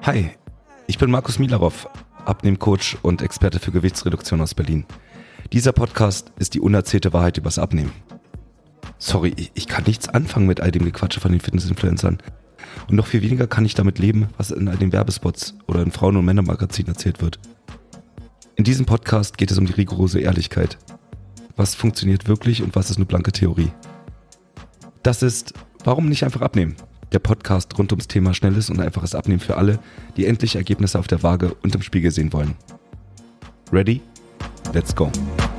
Hi, ich bin Markus Milarov, Abnehmcoach und Experte für Gewichtsreduktion aus Berlin. Dieser Podcast ist die unerzählte Wahrheit übers Abnehmen. Sorry, ich kann nichts anfangen mit all dem Gequatsche von den Fitnessinfluencern. Und noch viel weniger kann ich damit leben, was in all den Werbespots oder in Frauen- und Männermagazinen erzählt wird. In diesem Podcast geht es um die rigorose Ehrlichkeit. Was funktioniert wirklich und was ist nur blanke Theorie? Das ist Warum nicht einfach abnehmen? Der Podcast rund ums Thema schnelles und einfaches Abnehmen für alle, die endlich Ergebnisse auf der Waage und im Spiegel sehen wollen. Ready? Let's go!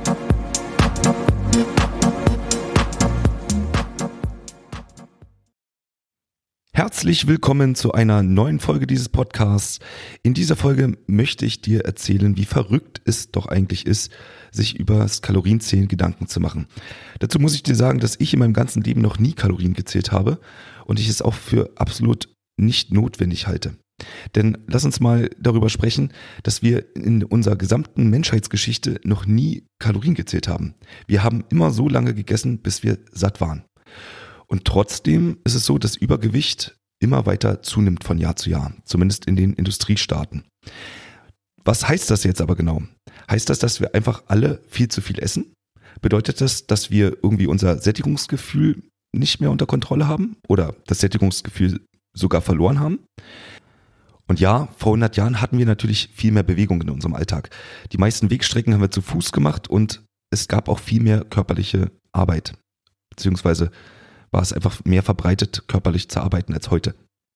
Herzlich willkommen zu einer neuen Folge dieses Podcasts. In dieser Folge möchte ich dir erzählen, wie verrückt es doch eigentlich ist, sich über das Kalorienzählen Gedanken zu machen. Dazu muss ich dir sagen, dass ich in meinem ganzen Leben noch nie Kalorien gezählt habe und ich es auch für absolut nicht notwendig halte. Denn lass uns mal darüber sprechen, dass wir in unserer gesamten Menschheitsgeschichte noch nie Kalorien gezählt haben. Wir haben immer so lange gegessen, bis wir satt waren. Und trotzdem ist es so, dass Übergewicht immer weiter zunimmt von Jahr zu Jahr, zumindest in den Industriestaaten. Was heißt das jetzt aber genau? Heißt das, dass wir einfach alle viel zu viel essen? Bedeutet das, dass wir irgendwie unser Sättigungsgefühl nicht mehr unter Kontrolle haben oder das Sättigungsgefühl sogar verloren haben? Und ja, vor 100 Jahren hatten wir natürlich viel mehr Bewegung in unserem Alltag. Die meisten Wegstrecken haben wir zu Fuß gemacht und es gab auch viel mehr körperliche Arbeit, beziehungsweise war es einfach mehr verbreitet, körperlich zu arbeiten als heute.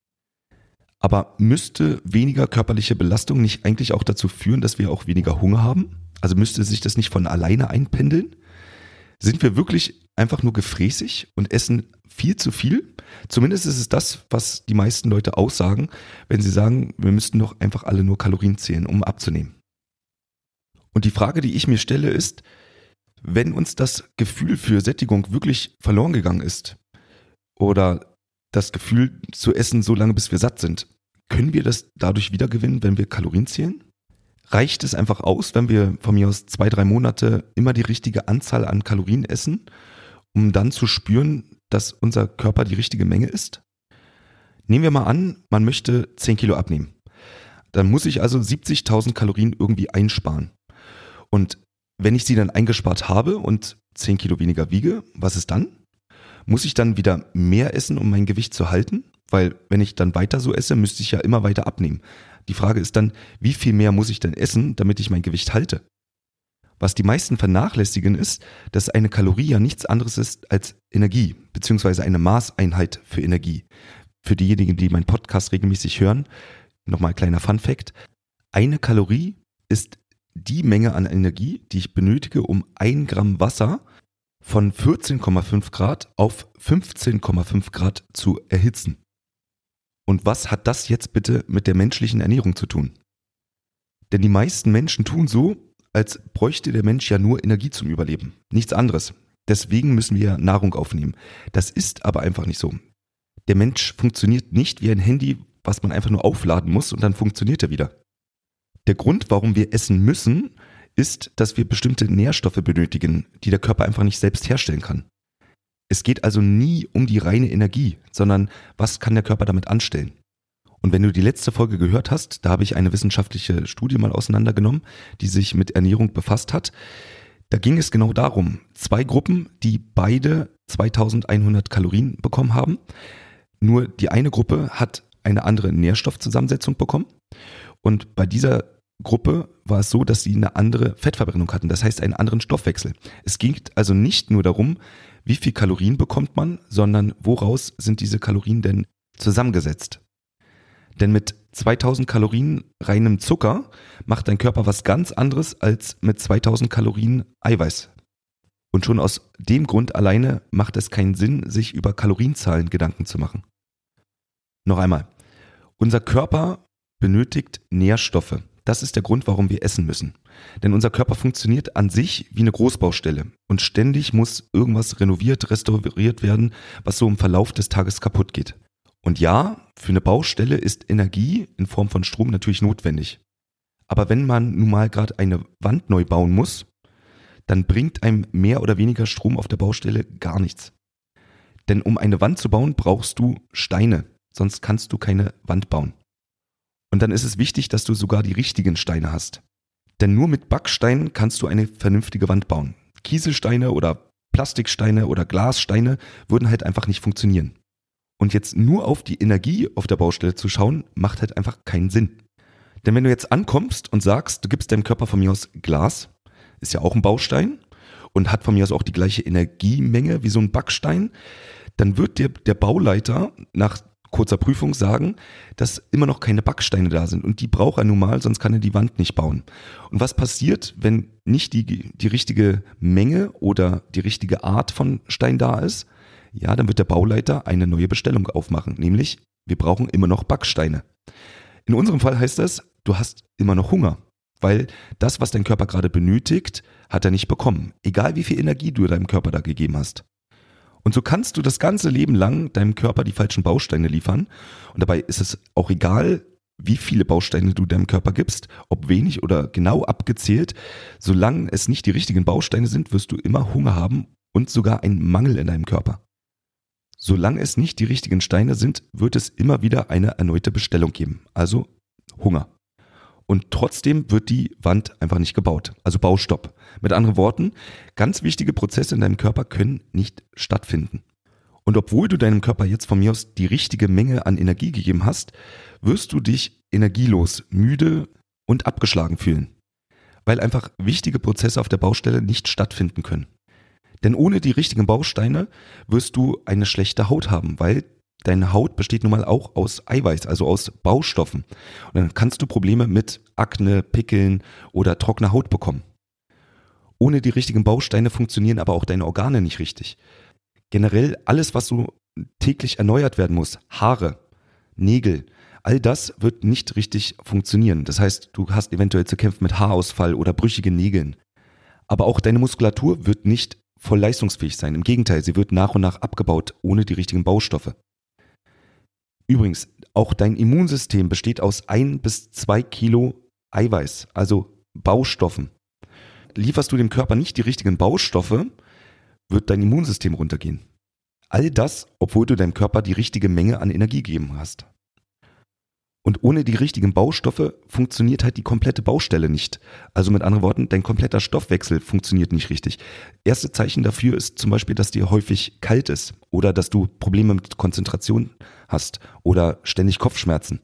Aber müsste weniger körperliche Belastung nicht eigentlich auch dazu führen, dass wir auch weniger Hunger haben? Also müsste sich das nicht von alleine einpendeln? Sind wir wirklich einfach nur gefräßig und essen viel zu viel? Zumindest ist es das, was die meisten Leute aussagen, wenn sie sagen, wir müssten doch einfach alle nur Kalorien zählen, um abzunehmen. Und die Frage, die ich mir stelle, ist, wenn uns das Gefühl für Sättigung wirklich verloren gegangen ist, oder das Gefühl zu essen so lange, bis wir satt sind, können wir das dadurch wiedergewinnen, wenn wir Kalorien zählen? Reicht es einfach aus, wenn wir von mir aus 2-3 Monate immer die richtige Anzahl an Kalorien essen, um dann zu spüren, dass unser Körper die richtige Menge isst? Nehmen wir mal an, man möchte 10 Kilo abnehmen. Dann muss ich also 70.000 Kalorien irgendwie einsparen. Und wenn ich sie dann eingespart habe und 10 Kilo weniger wiege, was ist dann? Muss ich dann wieder mehr essen, um mein Gewicht zu halten? Weil wenn ich dann weiter so esse, müsste ich ja immer weiter abnehmen. Die Frage ist dann, wie viel mehr muss ich denn essen, damit ich mein Gewicht halte? Was die meisten vernachlässigen ist, dass eine Kalorie ja nichts anderes ist als Energie, beziehungsweise eine Maßeinheit für Energie. Für diejenigen, die meinen Podcast regelmäßig hören, nochmal kleiner Funfact: Eine Kalorie ist die Menge an Energie, die ich benötige, um 1 Gramm Wasser von 14,5 Grad auf 15,5 Grad zu erhitzen. Und was hat das jetzt bitte mit der menschlichen Ernährung zu tun? Denn die meisten Menschen tun so, als bräuchte der Mensch ja nur Energie zum Überleben. Nichts anderes. Deswegen müssen wir Nahrung aufnehmen. Das ist aber einfach nicht so. Der Mensch funktioniert nicht wie ein Handy, was man einfach nur aufladen muss und dann funktioniert er wieder. Der Grund, warum wir essen müssen, ist, dass wir bestimmte Nährstoffe benötigen, die der Körper einfach nicht selbst herstellen kann. Es geht also nie um die reine Energie, sondern was kann der Körper damit anstellen? Und wenn du die letzte Folge gehört hast, da habe ich eine wissenschaftliche Studie mal auseinandergenommen, die sich mit Ernährung befasst hat. Da ging es genau darum, 2 Gruppen, die beide 2100 Kalorien bekommen haben. Nur die eine Gruppe hat eine andere Nährstoffzusammensetzung bekommen und bei dieser Gruppe war es so, dass sie eine andere Fettverbrennung hatten, das heißt einen anderen Stoffwechsel. Es ging also nicht nur darum, wie viel Kalorien bekommt man, sondern woraus sind diese Kalorien denn zusammengesetzt. Denn mit 2000 Kalorien reinem Zucker macht dein Körper was ganz anderes als mit 2000 Kalorien Eiweiß. Und schon aus dem Grund alleine macht es keinen Sinn, sich über Kalorienzahlen Gedanken zu machen. Noch einmal, unser Körper benötigt Nährstoffe. Das ist der Grund, warum wir essen müssen. Denn unser Körper funktioniert an sich wie eine Großbaustelle und ständig muss irgendwas renoviert, restauriert werden, was so im Verlauf des Tages kaputt geht. Und ja, für eine Baustelle ist Energie in Form von Strom natürlich notwendig. Aber wenn man nun mal gerade eine Wand neu bauen muss, dann bringt einem mehr oder weniger Strom auf der Baustelle gar nichts. Denn um eine Wand zu bauen, brauchst du Steine, sonst kannst du keine Wand bauen. Und dann ist es wichtig, dass du sogar die richtigen Steine hast. Denn nur mit Backsteinen kannst du eine vernünftige Wand bauen. Kieselsteine oder Plastiksteine oder Glassteine würden halt einfach nicht funktionieren. Und jetzt nur auf die Energie auf der Baustelle zu schauen, macht halt einfach keinen Sinn. Denn wenn du jetzt ankommst und sagst, du gibst deinem Körper von mir aus Glas, ist ja auch ein Baustein und hat von mir aus auch die gleiche Energiemenge wie so ein Backstein, dann wird dir der Bauleiter nach kurzer Prüfung sagen, dass immer noch keine Backsteine da sind. Und die braucht er nun mal, sonst kann er die Wand nicht bauen. Und was passiert, wenn nicht die richtige Menge oder die richtige Art von Stein da ist? Ja, dann wird der Bauleiter eine neue Bestellung aufmachen. Nämlich, wir brauchen immer noch Backsteine. In unserem Fall heißt das, du hast immer noch Hunger. Weil das, was dein Körper gerade benötigt, hat er nicht bekommen. Egal wie viel Energie du deinem Körper da gegeben hast. Und so kannst du das ganze Leben lang deinem Körper die falschen Bausteine liefern. Und dabei ist es auch egal, wie viele Bausteine du deinem Körper gibst, ob wenig oder genau abgezählt. Solange es nicht die richtigen Bausteine sind, wirst du immer Hunger haben und sogar einen Mangel in deinem Körper. Solange es nicht die richtigen Steine sind, wird es immer wieder eine erneute Bestellung geben. Also Hunger. Und trotzdem wird die Wand einfach nicht gebaut. Also Baustopp. Mit anderen Worten, ganz wichtige Prozesse in deinem Körper können nicht stattfinden. Und obwohl du deinem Körper jetzt von mir aus die richtige Menge an Energie gegeben hast, wirst du dich energielos, müde und abgeschlagen fühlen. Weil einfach wichtige Prozesse auf der Baustelle nicht stattfinden können. Denn ohne die richtigen Bausteine wirst du eine schlechte Haut haben, weil deine Haut besteht nun mal auch aus Eiweiß, also aus Baustoffen. Und dann kannst du Probleme mit Akne, Pickeln oder trockener Haut bekommen. Ohne die richtigen Bausteine funktionieren aber auch deine Organe nicht richtig. Generell alles, was so täglich erneuert werden muss, Haare, Nägel, all das wird nicht richtig funktionieren. Das heißt, du hast eventuell zu kämpfen mit Haarausfall oder brüchigen Nägeln. Aber auch deine Muskulatur wird nicht voll leistungsfähig sein. Im Gegenteil, sie wird nach und nach abgebaut ohne die richtigen Baustoffe. Übrigens, auch dein Immunsystem besteht aus 1 bis 2 Kilo Eiweiß, also Baustoffen. Lieferst du dem Körper nicht die richtigen Baustoffe, wird dein Immunsystem runtergehen. All das, obwohl du deinem Körper die richtige Menge an Energie gegeben hast. Und ohne die richtigen Baustoffe funktioniert halt die komplette Baustelle nicht. Also mit anderen Worten, dein kompletter Stoffwechsel funktioniert nicht richtig. Erste Zeichen dafür ist zum Beispiel, dass dir häufig kalt ist oder dass du Probleme mit Konzentration hast oder ständig Kopfschmerzen.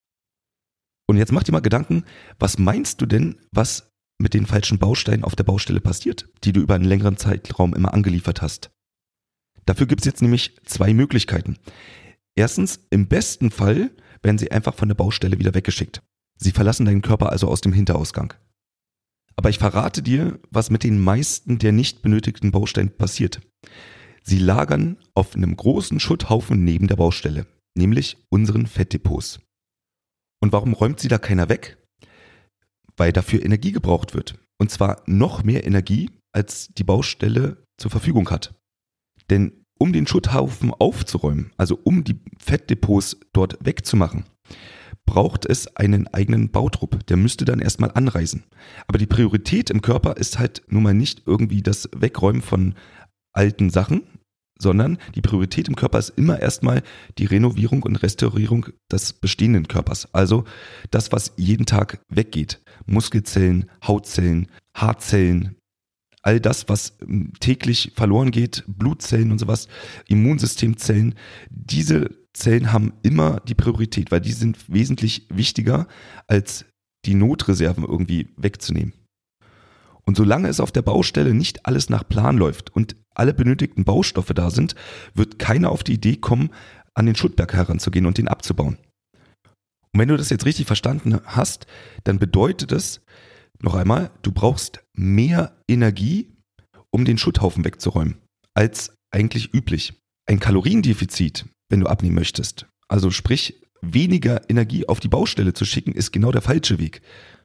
Und jetzt mach dir mal Gedanken, was meinst du denn, was mit den falschen Bausteinen auf der Baustelle passiert, die du über einen längeren Zeitraum immer angeliefert hast? Dafür gibt es jetzt nämlich 2 Möglichkeiten. Erstens, im besten Fall werden sie einfach von der Baustelle wieder weggeschickt. Sie verlassen deinen Körper also aus dem Hinterausgang. Aber ich verrate dir, was mit den meisten der nicht benötigten Bausteine passiert. Sie lagern auf einem großen Schutthaufen neben der Baustelle, nämlich unseren Fettdepots. Und warum räumt sie da keiner weg? Weil dafür Energie gebraucht wird. Und zwar noch mehr Energie, als die Baustelle zur Verfügung hat. Denn um den Schutthaufen aufzuräumen, also um die Fettdepots dort wegzumachen, braucht es einen eigenen Bautrupp. Der müsste dann erstmal anreisen. Aber die Priorität im Körper ist halt nun mal nicht irgendwie das Wegräumen von alten Sachen, sondern die Priorität im Körper ist immer erstmal die Renovierung und Restaurierung des bestehenden Körpers. Also das, was jeden Tag weggeht. Muskelzellen, Hautzellen, Haarzellen, all das, was täglich verloren geht, Blutzellen und sowas, Immunsystemzellen, diese Zellen haben immer die Priorität, weil die sind wesentlich wichtiger, als die Notreserven irgendwie wegzunehmen. Und solange es auf der Baustelle nicht alles nach Plan läuft und alle benötigten Baustoffe da sind, wird keiner auf die Idee kommen, an den Schuttberg heranzugehen und den abzubauen. Und wenn du das jetzt richtig verstanden hast, dann bedeutet es, noch einmal, du brauchst mehr Energie, um den Schutthaufen wegzuräumen, als eigentlich üblich. Ein Kaloriendefizit, wenn du abnehmen möchtest, also sprich weniger Energie auf die Baustelle zu schicken, ist genau der falsche Weg.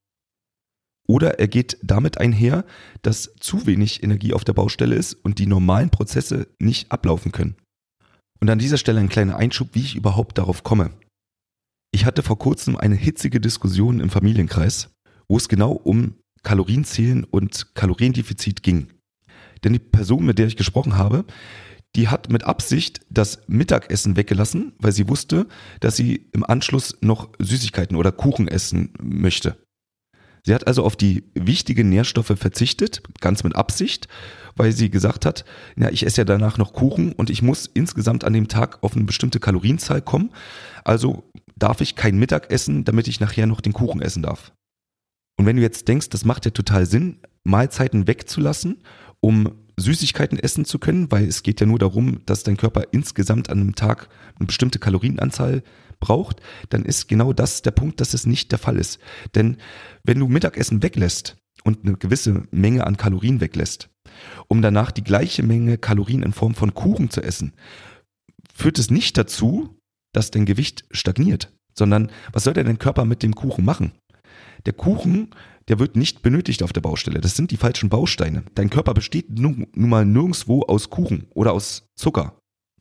Oder er geht damit einher, dass zu wenig Energie auf der Baustelle ist und die normalen Prozesse nicht ablaufen können. Und an dieser Stelle ein kleiner Einschub, wie ich überhaupt darauf komme. Ich hatte vor kurzem eine hitzige Diskussion im Familienkreis, wo es genau um Kalorienzählen und Kaloriendefizit ging. Denn die Person, mit der ich gesprochen habe, die hat mit Absicht das Mittagessen weggelassen, weil sie wusste, dass sie im Anschluss noch Süßigkeiten oder Kuchen essen möchte. Sie hat also auf die wichtigen Nährstoffe verzichtet, ganz mit Absicht, weil sie gesagt hat, ja, ich esse ja danach noch Kuchen und ich muss insgesamt an dem Tag auf eine bestimmte Kalorienzahl kommen. Also darf ich kein Mittag essen, damit ich nachher noch den Kuchen essen darf. Und wenn du jetzt denkst, das macht ja total Sinn, Mahlzeiten wegzulassen, um Süßigkeiten essen zu können, weil es geht ja nur darum, dass dein Körper insgesamt an einem Tag eine bestimmte Kalorienanzahl braucht, dann ist genau das der Punkt, dass es nicht der Fall ist. Denn wenn du Mittagessen weglässt und eine gewisse Menge an Kalorien weglässt, um danach die gleiche Menge Kalorien in Form von Kuchen zu essen, führt es nicht dazu, dass dein Gewicht stagniert, sondern was soll denn dein Körper mit dem Kuchen machen? Der Kuchen, der wird nicht benötigt auf der Baustelle. Das sind die falschen Bausteine. Dein Körper besteht nun mal nirgendwo aus Kuchen oder aus Zucker.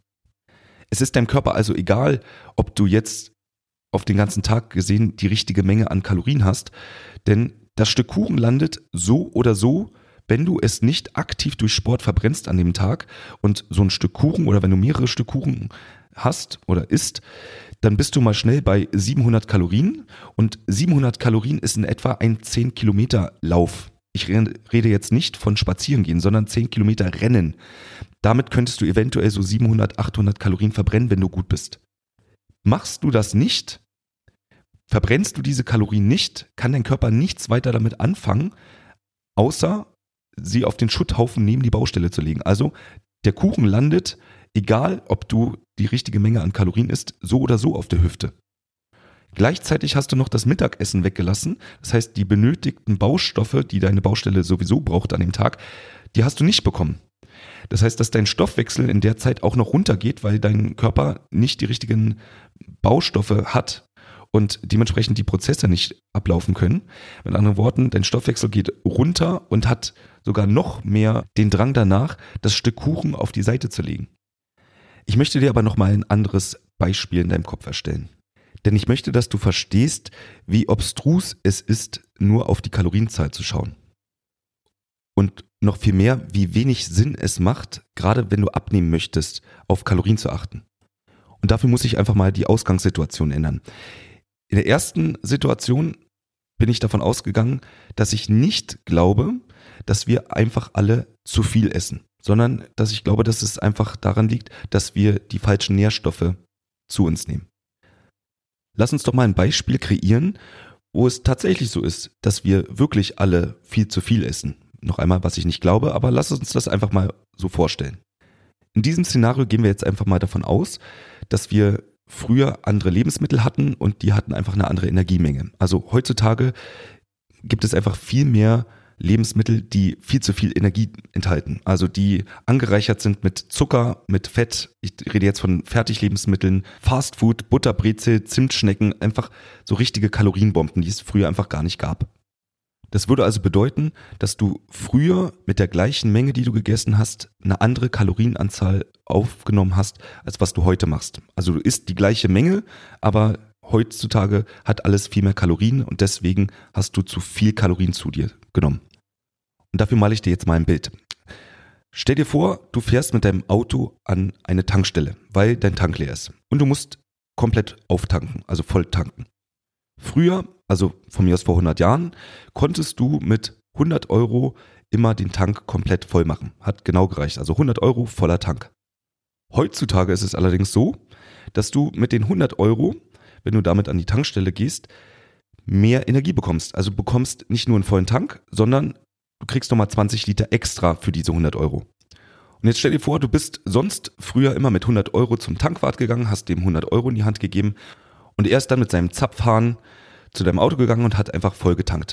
Es ist deinem Körper also egal, ob du jetzt auf den ganzen Tag gesehen die richtige Menge an Kalorien hast, denn das Stück Kuchen landet so oder so, wenn du es nicht aktiv durch Sport verbrennst an dem Tag und so ein Stück Kuchen oder wenn du mehrere Stück Kuchen hast oder isst, dann bist du mal schnell bei 700 Kalorien und 700 Kalorien ist in etwa ein 10 Kilometer Lauf. Ich rede jetzt nicht von Spazierengehen, sondern 10 Kilometer Rennen. Damit könntest du eventuell so 700, 800 Kalorien verbrennen, wenn du gut bist. Machst du das nicht, verbrennst du diese Kalorien nicht, kann dein Körper nichts weiter damit anfangen, außer sie auf den Schutthaufen neben die Baustelle zu legen. Also der Kuchen landet, egal ob du die richtige Menge an Kalorien isst, so oder so auf der Hüfte. Gleichzeitig hast du noch das Mittagessen weggelassen. Das heißt, die benötigten Baustoffe, die deine Baustelle sowieso braucht an dem Tag, die hast du nicht bekommen. Das heißt, dass dein Stoffwechsel in der Zeit auch noch runtergeht, weil dein Körper nicht die richtigen Baustoffe hat und dementsprechend die Prozesse nicht ablaufen können. Mit anderen Worten, dein Stoffwechsel geht runter und hat sogar noch mehr den Drang danach, das Stück Kuchen auf die Seite zu legen. Ich möchte dir aber nochmal ein anderes Beispiel in deinem Kopf erstellen. Denn ich möchte, dass du verstehst, wie obstrus es ist, nur auf die Kalorienzahl zu schauen. Und noch viel mehr, wie wenig Sinn es macht, gerade wenn du abnehmen möchtest, auf Kalorien zu achten. Und dafür muss ich einfach mal die Ausgangssituation ändern. In der ersten Situation bin ich davon ausgegangen, dass ich nicht glaube, dass wir einfach alle zu viel essen, sondern dass ich glaube, dass es einfach daran liegt, dass wir die falschen Nährstoffe zu uns nehmen. Lass uns doch mal ein Beispiel kreieren, wo es tatsächlich so ist, dass wir wirklich alle viel zu viel essen. Noch einmal, was ich nicht glaube, aber lass uns das einfach mal so vorstellen. In diesem Szenario gehen wir jetzt einfach mal davon aus, dass wir früher andere Lebensmittel hatten und die hatten einfach eine andere Energiemenge. Also heutzutage gibt es einfach viel mehr Lebensmittel, die viel zu viel Energie enthalten. Also die angereichert sind mit Zucker, mit Fett. Ich rede jetzt von Fertiglebensmitteln, Fastfood, Butterbrezel, Zimtschnecken, einfach so richtige Kalorienbomben, die es früher einfach gar nicht gab. Das würde also bedeuten, dass du früher mit der gleichen Menge, die du gegessen hast, eine andere Kalorienanzahl aufgenommen hast, als was du heute machst. Also du isst die gleiche Menge, aber heutzutage hat alles viel mehr Kalorien und deswegen hast du zu viel Kalorien zu dir genommen. Und dafür male ich dir jetzt mal ein Bild. Stell dir vor, du fährst mit deinem Auto an eine Tankstelle, weil dein Tank leer ist. Und du musst komplett auftanken, also voll tanken. Früher, also von mir aus vor 100 Jahren, konntest du mit 100 Euro immer den Tank komplett voll machen. Hat genau gereicht, also 100 Euro voller Tank. Heutzutage ist es allerdings so, dass du mit den 100 Euro, wenn du damit an die Tankstelle gehst, mehr Energie bekommst. Also bekommst nicht nur einen vollen Tank, sondern du kriegst nochmal 20 Liter extra für diese 100 Euro. Und jetzt stell dir vor, du bist sonst früher immer mit 100 Euro zum Tankwart gegangen, hast dem 100 Euro in die Hand gegeben und er ist dann mit seinem Zapfhahn zu deinem Auto gegangen und hat einfach voll getankt.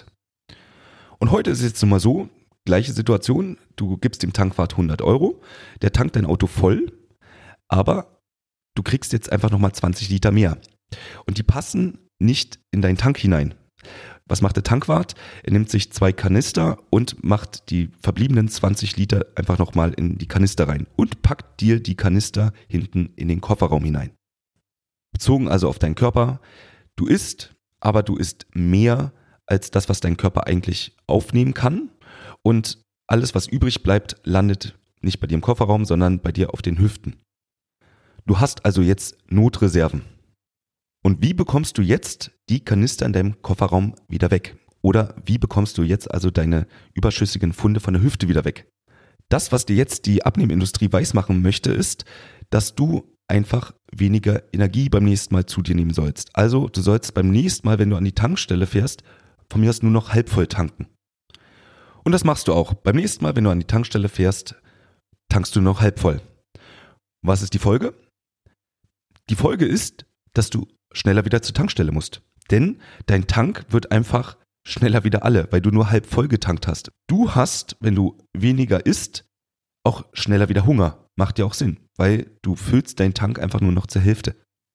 Und heute ist es jetzt nun mal so, gleiche Situation, du gibst dem Tankwart 100 Euro, der tankt dein Auto voll, aber du kriegst jetzt einfach nochmal 20 Liter mehr. Und die passen nicht in deinen Tank hinein. Was macht der Tankwart? Er nimmt sich 2 Kanister und macht die verbliebenen 20 Liter einfach nochmal in die Kanister rein und packt dir die Kanister hinten in den Kofferraum hinein. Bezogen also auf deinen Körper, du isst, aber du isst mehr als das, was dein Körper eigentlich aufnehmen kann und alles, was übrig bleibt, landet nicht bei dir im Kofferraum, sondern bei dir auf den Hüften. Du hast also jetzt Notreserven. Und wie bekommst du jetzt die Kanister in deinem Kofferraum wieder weg? Oder wie bekommst du jetzt also deine überschüssigen Funde von der Hüfte wieder weg? Das, was dir jetzt die Abnehmindustrie weismachen möchte, ist, dass du einfach weniger Energie beim nächsten Mal zu dir nehmen sollst. Also du sollst beim nächsten Mal, wenn du an die Tankstelle fährst, von mir aus nur noch halb voll tanken. Und das machst du auch. Beim nächsten Mal, wenn du an die Tankstelle fährst, tankst du noch halb voll. Was ist die Folge? Die Folge ist, dass du schneller wieder zur Tankstelle musst. Denn dein Tank wird einfach schneller wieder alle, weil du nur halb voll getankt hast. Du hast, wenn du weniger isst, auch schneller wieder Hunger. Macht ja auch Sinn, weil du füllst deinen Tank einfach nur noch zur Hälfte.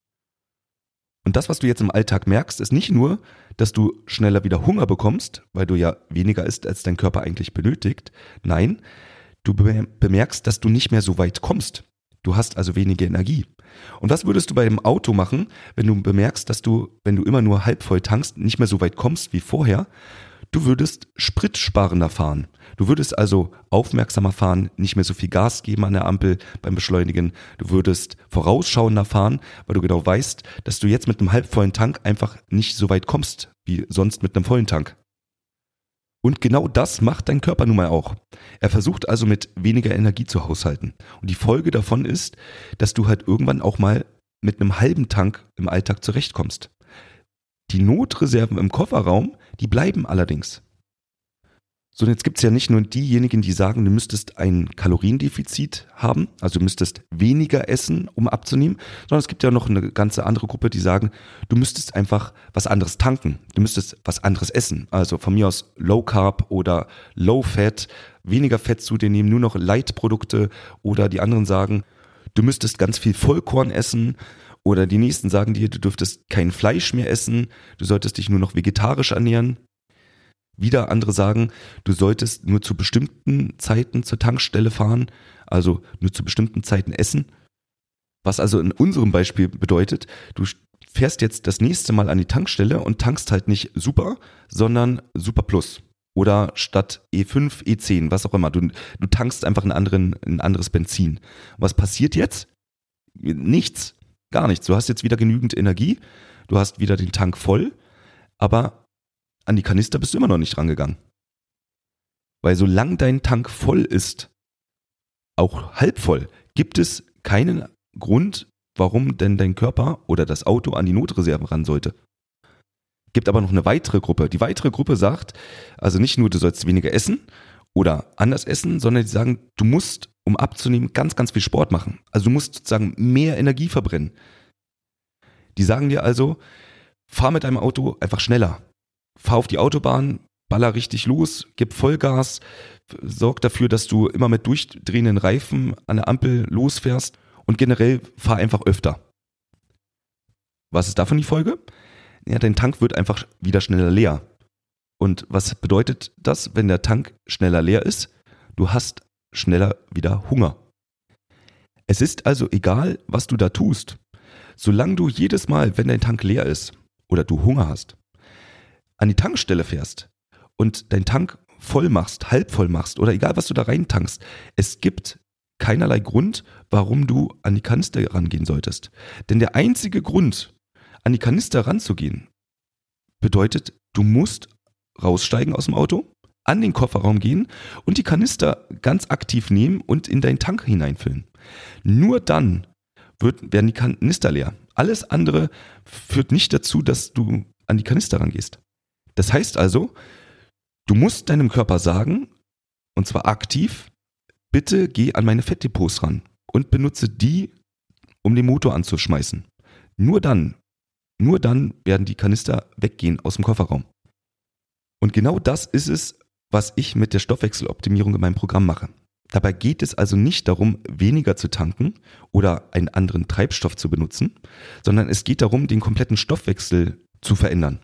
Und das, was du jetzt im Alltag merkst, ist nicht nur, dass du schneller wieder Hunger bekommst, weil du ja weniger isst, als dein Körper eigentlich benötigt. Nein, du bemerkst, dass du nicht mehr so weit kommst. Du hast also weniger Energie. Und was würdest du bei dem Auto machen, wenn du bemerkst, dass du, wenn du immer nur halb voll tankst, nicht mehr so weit kommst wie vorher? Du würdest spritsparender fahren. Du würdest also aufmerksamer fahren, nicht mehr so viel Gas geben an der Ampel beim Beschleunigen. Du würdest vorausschauender fahren, weil du genau weißt, dass du jetzt mit einem halbvollen Tank einfach nicht so weit kommst wie sonst mit einem vollen Tank. Und genau das macht dein Körper nun mal auch. Er versucht also mit weniger Energie zu haushalten. Und die Folge davon ist, dass du halt irgendwann auch mal mit einem halben Tank im Alltag zurechtkommst. Die Notreserven im Kofferraum, die bleiben allerdings. So, und jetzt gibt es ja nicht nur diejenigen, die sagen, du müsstest ein Kaloriendefizit haben, also du müsstest weniger essen, um abzunehmen, sondern es gibt ja noch eine ganze andere Gruppe, die sagen, du müsstest einfach was anderes tanken, du müsstest was anderes essen. Also von mir aus Low Carb oder Low Fat, weniger Fett zu dir nehmen, nur noch Light-Produkte, oder die anderen sagen, du müsstest ganz viel Vollkorn essen. Oder die nächsten sagen dir, du dürftest kein Fleisch mehr essen, du solltest dich nur noch vegetarisch ernähren. Wieder andere sagen, du solltest nur zu bestimmten Zeiten zur Tankstelle fahren, also nur zu bestimmten Zeiten essen. Was also in unserem Beispiel bedeutet, du fährst jetzt das nächste Mal an die Tankstelle und tankst halt nicht Super, sondern Super Plus. Oder statt E5, E10, was auch immer. Du tankst einfach ein anderes Benzin. Was passiert jetzt? Nichts. Gar nichts. Du hast jetzt wieder genügend Energie, du hast wieder den Tank voll, aber an die Kanister bist du immer noch nicht rangegangen. Weil solange dein Tank voll ist, auch halb voll, gibt es keinen Grund, warum denn dein Körper oder das Auto an die Notreserven ran sollte. Gibt aber noch eine weitere Gruppe. Die weitere Gruppe sagt, also nicht nur, du sollst weniger essen oder anders essen, sondern die sagen, du musst, um abzunehmen, ganz, ganz viel Sport machen. Also du musst sozusagen mehr Energie verbrennen. Die sagen dir also, fahr mit deinem Auto einfach schneller. Fahr auf die Autobahn, baller richtig los, gib Vollgas, sorg dafür, dass du immer mit durchdrehenden Reifen an der Ampel losfährst und generell fahr einfach öfter. Was ist davon die Folge? Ja, dein Tank wird einfach wieder schneller leer. Und was bedeutet das, wenn der Tank schneller leer ist? Du hast schneller wieder Hunger. Es ist also egal, was du da tust. Solange du jedes Mal, wenn dein Tank leer ist oder du Hunger hast, an die Tankstelle fährst und deinen Tank voll machst, halb voll machst oder egal, was du da rein tankst, es gibt keinerlei Grund, warum du an die Kanister rangehen solltest. Denn der einzige Grund, an die Kanister ranzugehen, bedeutet, du musst raussteigen aus dem Auto, an den Kofferraum gehen und die Kanister ganz aktiv nehmen und in deinen Tank hineinfüllen. Nur dann werden die Kanister leer. Alles andere führt nicht dazu, dass du an die Kanister rangehst. Das heißt also, du musst deinem Körper sagen, und zwar aktiv, bitte geh an meine Fettdepots ran und benutze die, um den Motor anzuschmeißen. Nur dann werden die Kanister weggehen aus dem Kofferraum. Und genau das ist es, was ich mit der Stoffwechseloptimierung in meinem Programm mache. Dabei geht es also nicht darum, weniger zu tanken oder einen anderen Treibstoff zu benutzen, sondern es geht darum, den kompletten Stoffwechsel zu verändern.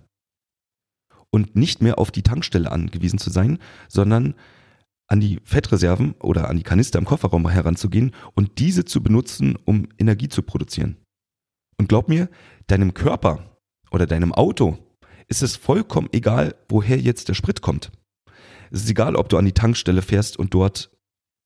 Und nicht mehr auf die Tankstelle angewiesen zu sein, sondern an die Fettreserven oder an die Kanister im Kofferraum heranzugehen und diese zu benutzen, um Energie zu produzieren. Und glaub mir, deinem Körper oder deinem Auto ist es vollkommen egal, woher jetzt der Sprit kommt. Es ist egal, ob du an die Tankstelle fährst und dort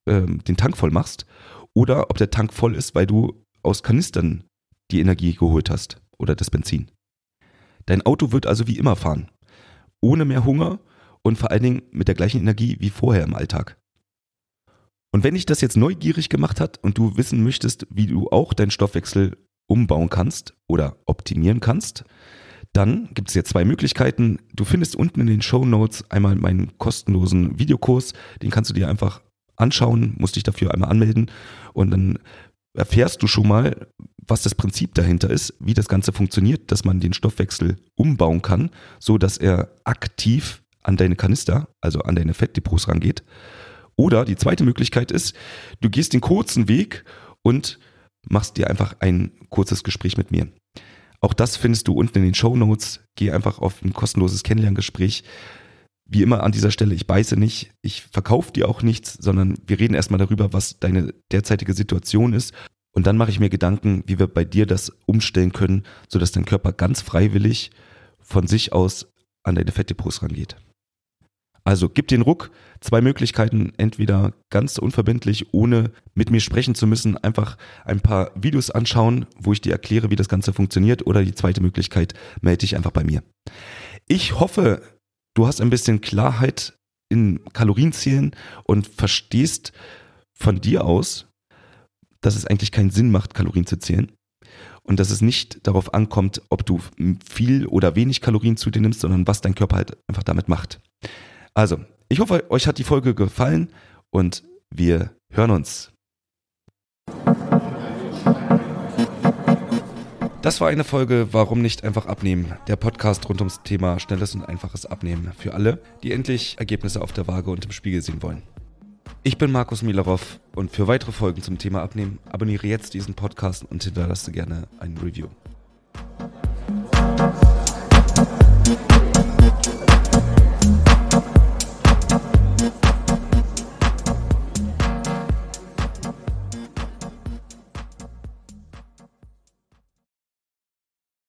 den Tank voll machst oder ob der Tank voll ist, weil du aus Kanistern die Energie geholt hast oder das Benzin. Dein Auto wird also wie immer fahren, ohne mehr Hunger und vor allen Dingen mit der gleichen Energie wie vorher im Alltag. Und wenn dich das jetzt neugierig gemacht hat und du wissen möchtest, wie du auch deinen Stoffwechsel umbauen kannst oder optimieren kannst, dann gibt es jetzt 2 Möglichkeiten. Du findest unten in den Shownotes einmal meinen kostenlosen Videokurs, den kannst du dir einfach anschauen, musst dich dafür einmal anmelden und dann erfährst du schon mal, was das Prinzip dahinter ist, wie das Ganze funktioniert, dass man den Stoffwechsel umbauen kann, so dass er aktiv an deine Kanister, also an deine Fettdepots rangeht. Oder die zweite Möglichkeit ist, du gehst den kurzen Weg und machst dir einfach ein kurzes Gespräch mit mir. Auch das findest du unten in den Shownotes. Geh einfach auf ein kostenloses Kennenlerngespräch. Wie immer an dieser Stelle, ich beiße nicht, ich verkaufe dir auch nichts, sondern wir reden erstmal darüber, was deine derzeitige Situation ist. Und dann mache ich mir Gedanken, wie wir bei dir das umstellen können, sodass dein Körper ganz freiwillig von sich aus an deine Fettdepots rangeht. Also gib den Ruck, 2 Möglichkeiten, entweder ganz unverbindlich, ohne mit mir sprechen zu müssen, einfach ein paar Videos anschauen, wo ich dir erkläre, wie das Ganze funktioniert, oder die zweite Möglichkeit, melde dich einfach bei mir. Ich hoffe, du hast ein bisschen Klarheit in Kalorienzählen und verstehst von dir aus, dass es eigentlich keinen Sinn macht, Kalorien zu zählen. Und dass es nicht darauf ankommt, ob du viel oder wenig Kalorien zu dir nimmst, sondern was dein Körper halt einfach damit macht. Also, ich hoffe, euch hat die Folge gefallen und wir hören uns. Das war eine Folge Warum nicht einfach abnehmen? Der Podcast rund ums Thema schnelles und einfaches Abnehmen für alle, die endlich Ergebnisse auf der Waage und im Spiegel sehen wollen. Ich bin Markus Milarov und für weitere Folgen zum Thema Abnehmen abonniere jetzt diesen Podcast und hinterlasse gerne ein Review.